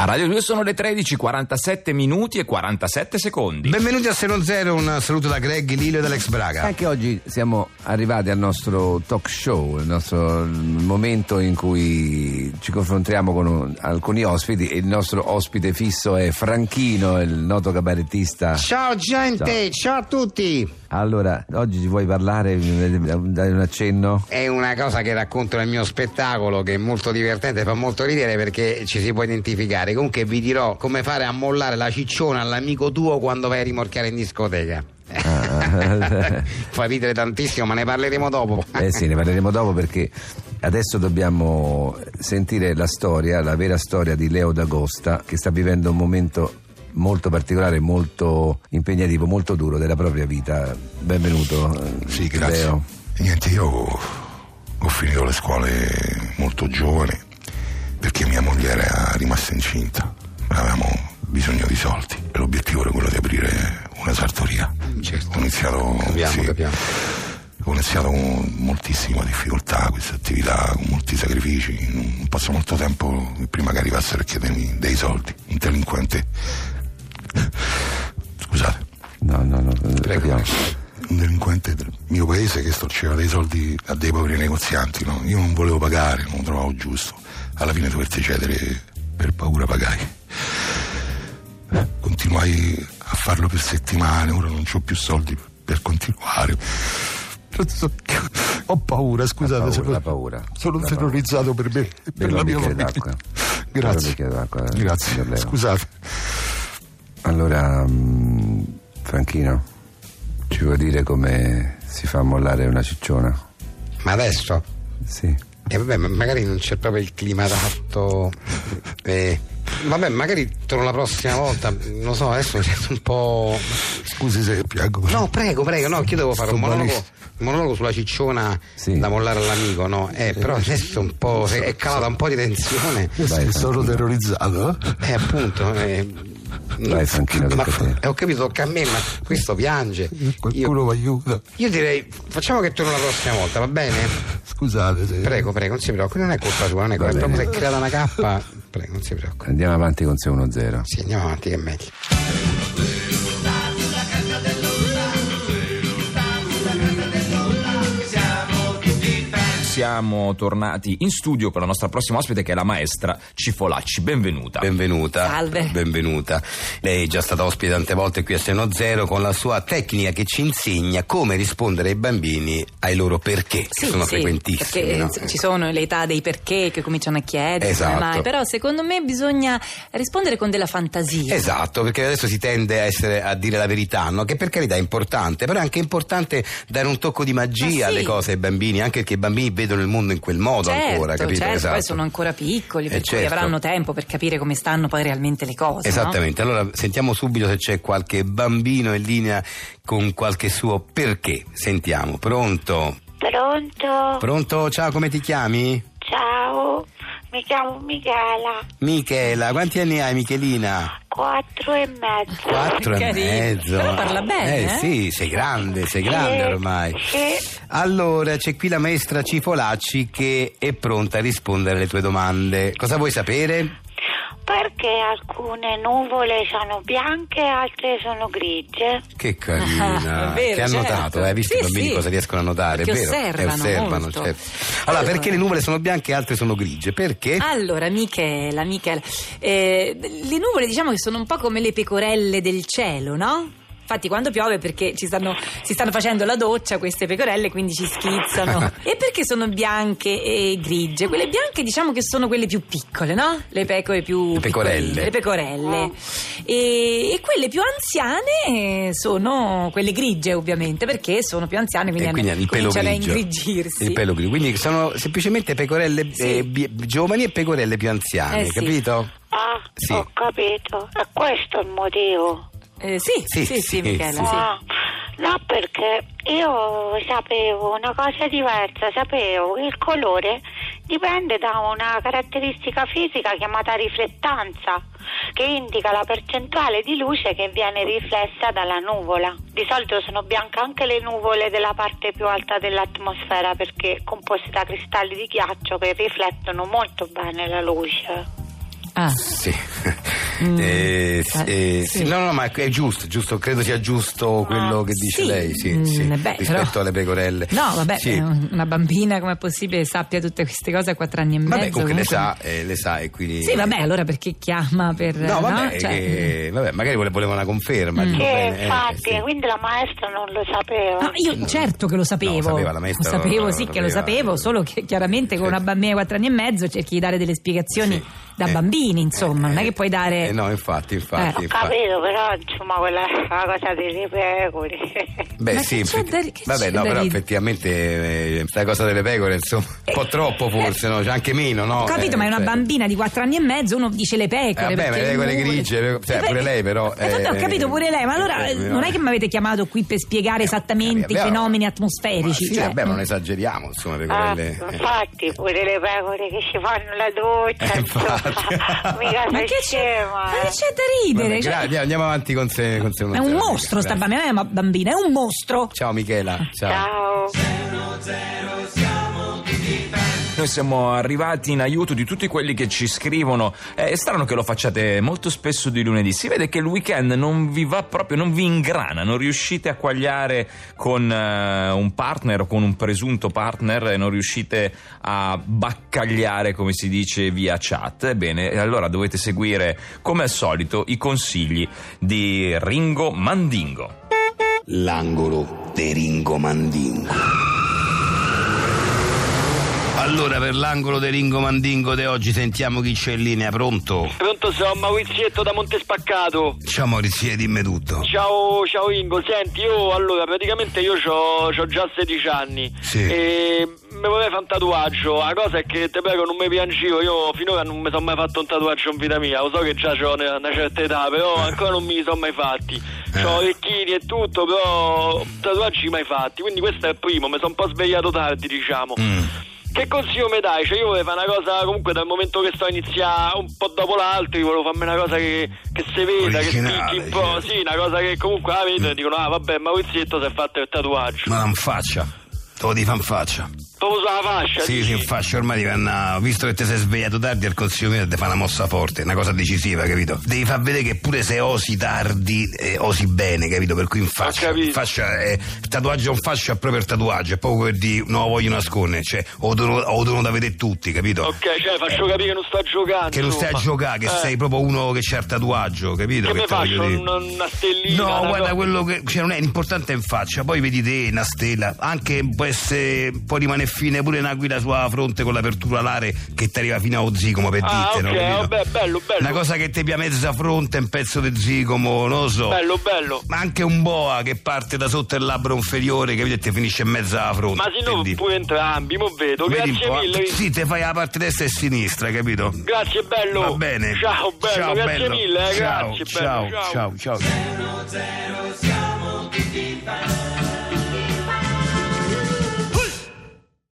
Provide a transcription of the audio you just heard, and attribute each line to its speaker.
Speaker 1: A Radio 2 sono le 13:47 minuti e 47 secondi.
Speaker 2: Benvenuti a Seno Zero, un saluto da Greg, Lilio e dall'ex Braga.
Speaker 3: Anche oggi siamo arrivati al nostro talk show, il nostro momento in cui ci confrontiamo con alcuni ospiti, e il nostro ospite fisso è Franchino, il noto cabarettista.
Speaker 2: Ciao gente, ciao a tutti.
Speaker 3: Allora, oggi ci vuoi parlare, dare un accenno?
Speaker 2: È una cosa che racconto nel mio spettacolo, che è molto divertente, fa molto ridere perché ci si può identificare. Comunque vi dirò come fare a mollare la cicciona all'amico tuo quando vai a rimorchiare in discoteca. Fa ridere tantissimo, ma ne parleremo dopo.
Speaker 3: Sì, ne parleremo dopo, perché adesso dobbiamo sentire la storia, la vera storia di Leo D'Agosta, che sta vivendo un momento molto particolare, molto impegnativo, molto duro della propria vita. Benvenuto.
Speaker 4: Sì, grazie.
Speaker 3: Leo.
Speaker 4: Niente, io ho finito le scuole molto giovane perché mia moglie era rimasta incinta, avevamo bisogno di soldi e l'obiettivo era quello di aprire una sartoria.
Speaker 2: Certo.
Speaker 4: Ho iniziato
Speaker 2: Capiamo.
Speaker 4: Ho iniziato con moltissima difficoltà questa attività, con molti sacrifici. Non passo molto tempo prima che arrivassero a chiedermi dei soldi. Un delinquente. Scusate.
Speaker 3: No,
Speaker 2: Prego.
Speaker 4: Un delinquente del mio paese che storceva dei soldi a dei poveri negozianti, no? Io non volevo pagare, non lo trovavo giusto. Alla fine dovetti cedere, per paura pagai. Continuai a farlo per settimane, ora non c'ho più soldi per continuare. Ho paura, scusate.
Speaker 3: La paura.
Speaker 4: Sono terrorizzato per me e per la mia famiglia. Grazie. Scusate.
Speaker 3: Allora, Franchino, ci vuoi dire come si fa a mollare una cicciona?
Speaker 2: Ma adesso?
Speaker 3: Sì.
Speaker 2: E vabbè, magari non c'è proprio il clima adatto. Vabbè, magari torno la prossima volta. Non so, adesso mi sento un po'.
Speaker 4: Scusi se piango.
Speaker 2: No, prego, no, che io devo fare un monologo sulla cicciona, sì, da mollare all'amico, no? Però adesso un po'. È calata un po' di tensione.
Speaker 4: Sono terrorizzato.
Speaker 2: Appunto.
Speaker 3: Vai, Franchino, tocca a te.
Speaker 2: Ho capito, tocca a me, ma questo piange.
Speaker 4: Qualcuno mi aiuta.
Speaker 2: Io direi, facciamo che torno la prossima volta, va bene?
Speaker 4: Scusate.
Speaker 2: Prego, non si preoccupi, non è colpa sua, non è colpa, proprio se è creata una cappa. Prego, non si preoccupi.
Speaker 3: Andiamo avanti con 610.
Speaker 2: Sì, andiamo avanti, che è meglio.
Speaker 1: Siamo tornati in studio con la nostra prossima ospite, che è la maestra Cifolacci. Benvenuta.
Speaker 5: Salve.
Speaker 2: Benvenuta. Lei è già stata ospite tante volte qui a Seno Zero con la sua tecnica che ci insegna come rispondere ai bambini ai loro perché, che sono frequentissimi.
Speaker 5: Perché
Speaker 2: no?
Speaker 5: ci sono le età dei perché che cominciano a chiedere,
Speaker 2: esatto.
Speaker 5: Però secondo me bisogna rispondere con della fantasia.
Speaker 2: Esatto, perché adesso si tende a dire la verità, no? Che per carità è importante, però è anche importante dare un tocco di magia alle cose ai bambini, anche perché i bambini vedono il mondo in quel modo, ancora, capito?
Speaker 5: Certo,
Speaker 2: esatto.
Speaker 5: Poi sono ancora piccoli, per cui
Speaker 2: certo,
Speaker 5: avranno tempo per capire come stanno poi realmente le cose.
Speaker 2: Esattamente,
Speaker 5: no?
Speaker 2: Allora sentiamo subito se c'è qualche bambino in linea con qualche suo perché. Sentiamo, pronto? Pronto, ciao, come ti chiami?
Speaker 6: Ciao, mi chiamo Michela.
Speaker 2: Michela, quanti anni hai, Michelina?
Speaker 6: 4 e mezzo.
Speaker 2: 4 e
Speaker 5: Carino.
Speaker 2: mezzo.
Speaker 5: Però parla bene,
Speaker 2: Sì, sei grande ormai.
Speaker 6: Sì.
Speaker 2: Allora, c'è qui la maestra Cifolacci che è pronta a rispondere alle tue domande. Cosa vuoi sapere?
Speaker 6: Perché alcune nuvole sono bianche e altre sono grigie?
Speaker 2: Che carina.
Speaker 5: È vero,
Speaker 2: che ha
Speaker 5: certo.
Speaker 2: notato, hai visto i bambini cosa riescono a notare?
Speaker 5: Perché
Speaker 2: è vero?
Speaker 5: osservano molto.
Speaker 2: Certo. Allora, perché le nuvole sono bianche e altre sono grigie? Perché?
Speaker 5: Allora, Michela, le nuvole diciamo che sono un po' come le pecorelle del cielo, no? Infatti quando piove, perché si stanno facendo la doccia queste pecorelle, quindi ci schizzano. E perché sono bianche e grigie? Quelle bianche diciamo che sono quelle più piccole, no? Le pecore più
Speaker 2: pecorelle.
Speaker 5: Le pecorelle. E quelle più anziane sono quelle grigie, ovviamente, perché sono più anziane, quindi
Speaker 2: il pelo
Speaker 5: cominciano a
Speaker 2: grigio.
Speaker 5: ingrigirsi.
Speaker 2: Il pelo grigio. Quindi sono semplicemente pecorelle giovani e pecorelle più anziane, capito? Sì.
Speaker 6: Ho capito. E questo è il motivo.
Speaker 5: Sì, Michela, sì.
Speaker 6: No, perché io sapevo una cosa diversa, sapevo che il colore dipende da una caratteristica fisica chiamata riflettanza, che indica la percentuale di luce che viene riflessa dalla nuvola. Di solito sono bianche anche le nuvole della parte più alta dell'atmosfera, perché composte da cristalli di ghiaccio che riflettono molto bene la luce.
Speaker 2: Sì.
Speaker 5: Sì.
Speaker 2: No, ma è giusto, credo sia giusto quello che dice
Speaker 5: sì.
Speaker 2: lei, sì. Rispetto
Speaker 5: però...
Speaker 2: alle pecorelle.
Speaker 5: No, vabbè,
Speaker 2: sì.
Speaker 5: Una bambina com'è possibile sappia tutte queste cose a 4 anni e mezzo?
Speaker 2: Vabbè, comunque le sa e quindi...
Speaker 5: Sì, vabbè, allora perché chiama per...
Speaker 2: No, vabbè,
Speaker 5: Cioè...
Speaker 2: vabbè, magari voleva una conferma.
Speaker 6: Infatti,
Speaker 2: sì.
Speaker 6: quindi la maestra non lo sapeva.
Speaker 5: No, io certo che lo sapevo.
Speaker 2: No, sapeva, la maestra
Speaker 5: lo sapevo,
Speaker 2: lo
Speaker 5: sì,
Speaker 2: sapeva.
Speaker 5: che lo sapevo, solo che chiaramente con una bambina di 4 anni e mezzo cerchi di dare delle spiegazioni da bambini, insomma, non è che puoi dare...
Speaker 2: No, infatti.
Speaker 6: Ho capito, però insomma quella la cosa delle pecore.
Speaker 2: Beh,
Speaker 5: Ma
Speaker 2: sì,
Speaker 5: vabbè,
Speaker 2: no, però effettivamente la cosa delle pecore, insomma, un po' troppo forse, no? C'è anche meno, no?
Speaker 5: Ho capito, ma è una bambina di 4 anni e mezzo, uno dice le pecore.
Speaker 2: Vabbè, ma le pecore grigie, pure lei però...
Speaker 5: Vabbè, ho capito pure lei, ma allora non è che mi avete chiamato qui per spiegare esattamente i fenomeni atmosferici.
Speaker 2: Sì, vabbè, non esageriamo, insomma, pecorelle...
Speaker 6: infatti, pure le pecore che ci fanno la doccia, insomma, mica
Speaker 5: Ma che c'è da ridere?
Speaker 2: Vabbè, andiamo avanti con se
Speaker 5: è un mostro sta bambina, non è una bambina, è un mostro.
Speaker 2: Ciao Michela,
Speaker 6: ciao.
Speaker 1: Noi siamo arrivati in aiuto di tutti quelli che ci scrivono. È strano che lo facciate molto spesso di lunedì. Si vede che il weekend non vi va proprio, non vi ingrana, non riuscite a quagliare con un partner o con un presunto partner e non riuscite a baccagliare, come si dice, via chat. Ebbene, allora dovete seguire, come al solito, i consigli di Ringo Mandingo.
Speaker 2: L'angolo di Ringo Mandingo. Allora, per l'angolo di Ringo Mandingo di oggi sentiamo chi c'è in linea. Pronto?
Speaker 7: Pronto, sono Maurizietto da Montespaccato.
Speaker 2: Ciao Maurizio, dimmi tutto.
Speaker 7: Ciao Ingo, senti, praticamente io c'ho già 16 anni.
Speaker 2: Sì.
Speaker 7: E mi vorrei fare un tatuaggio. La cosa è che, te prego, non mi piangio. Io finora non mi sono mai fatto un tatuaggio in vita mia. Lo so che già ho una certa età, però ancora non mi sono mai fatti. C'ho orecchini e tutto, però tatuaggi mai fatti. Quindi questo è il primo, mi sono un po' svegliato tardi, diciamo. Che consiglio mi dai? Cioè io volevo fare una cosa, comunque dal momento che sto a iniziare un po' dopo l'altro, io volevo farmi una cosa che si veda, che spicchi un po', sì, una cosa che comunque la vedo e dicono, vabbè, Maurizietto si è fatto il tatuaggio.
Speaker 2: Ma non faccia, te lo dico in faccia.
Speaker 7: Proprio sulla fascia?
Speaker 2: Sì, in fascia ormai visto che ti sei svegliato tardi, al consiglio mio ti fa una mossa forte, una cosa decisiva, capito? Devi far vedere che pure se osi tardi, osi bene, capito? Per cui in fascia, il tatuaggio in fascia è proprio il tatuaggio, è proprio per dire non lo voglio nascondere, cioè o devono da vedere tutti, capito?
Speaker 7: Ok, cioè faccio capire che non sto a giocare.
Speaker 2: Che non stai a giocare, che sei proprio uno che c'ha il tatuaggio, capito?
Speaker 7: Che mi faccio una stellina?
Speaker 2: No, guarda, quello che non è l'importante è in faccia, poi vedi te una stella, anche può rimanere fine pure un'aquila sulla fronte con l'apertura alare che ti arriva fino a zigomo, per dirti,
Speaker 7: no? Vabbè, bello.
Speaker 2: Una cosa che ti pia mezza fronte, un pezzo di zigomo, non lo so.
Speaker 7: Bello.
Speaker 2: Ma anche un boa che parte da sotto il labbro inferiore, capito, e ti finisce in mezzo alla fronte.
Speaker 7: Ma se no, pure entrambi, mo vedo. Grazie mille.
Speaker 2: Sì, te fai la parte destra e sinistra, capito?
Speaker 7: Grazie, bello.
Speaker 2: Va bene.
Speaker 7: Ciao, bello.
Speaker 2: Ciao,
Speaker 7: grazie
Speaker 2: bello.
Speaker 7: mille,
Speaker 2: Ciao,
Speaker 7: grazie,
Speaker 2: ciao,
Speaker 7: bello.
Speaker 2: ciao.
Speaker 8: 00 siamo tutti fan.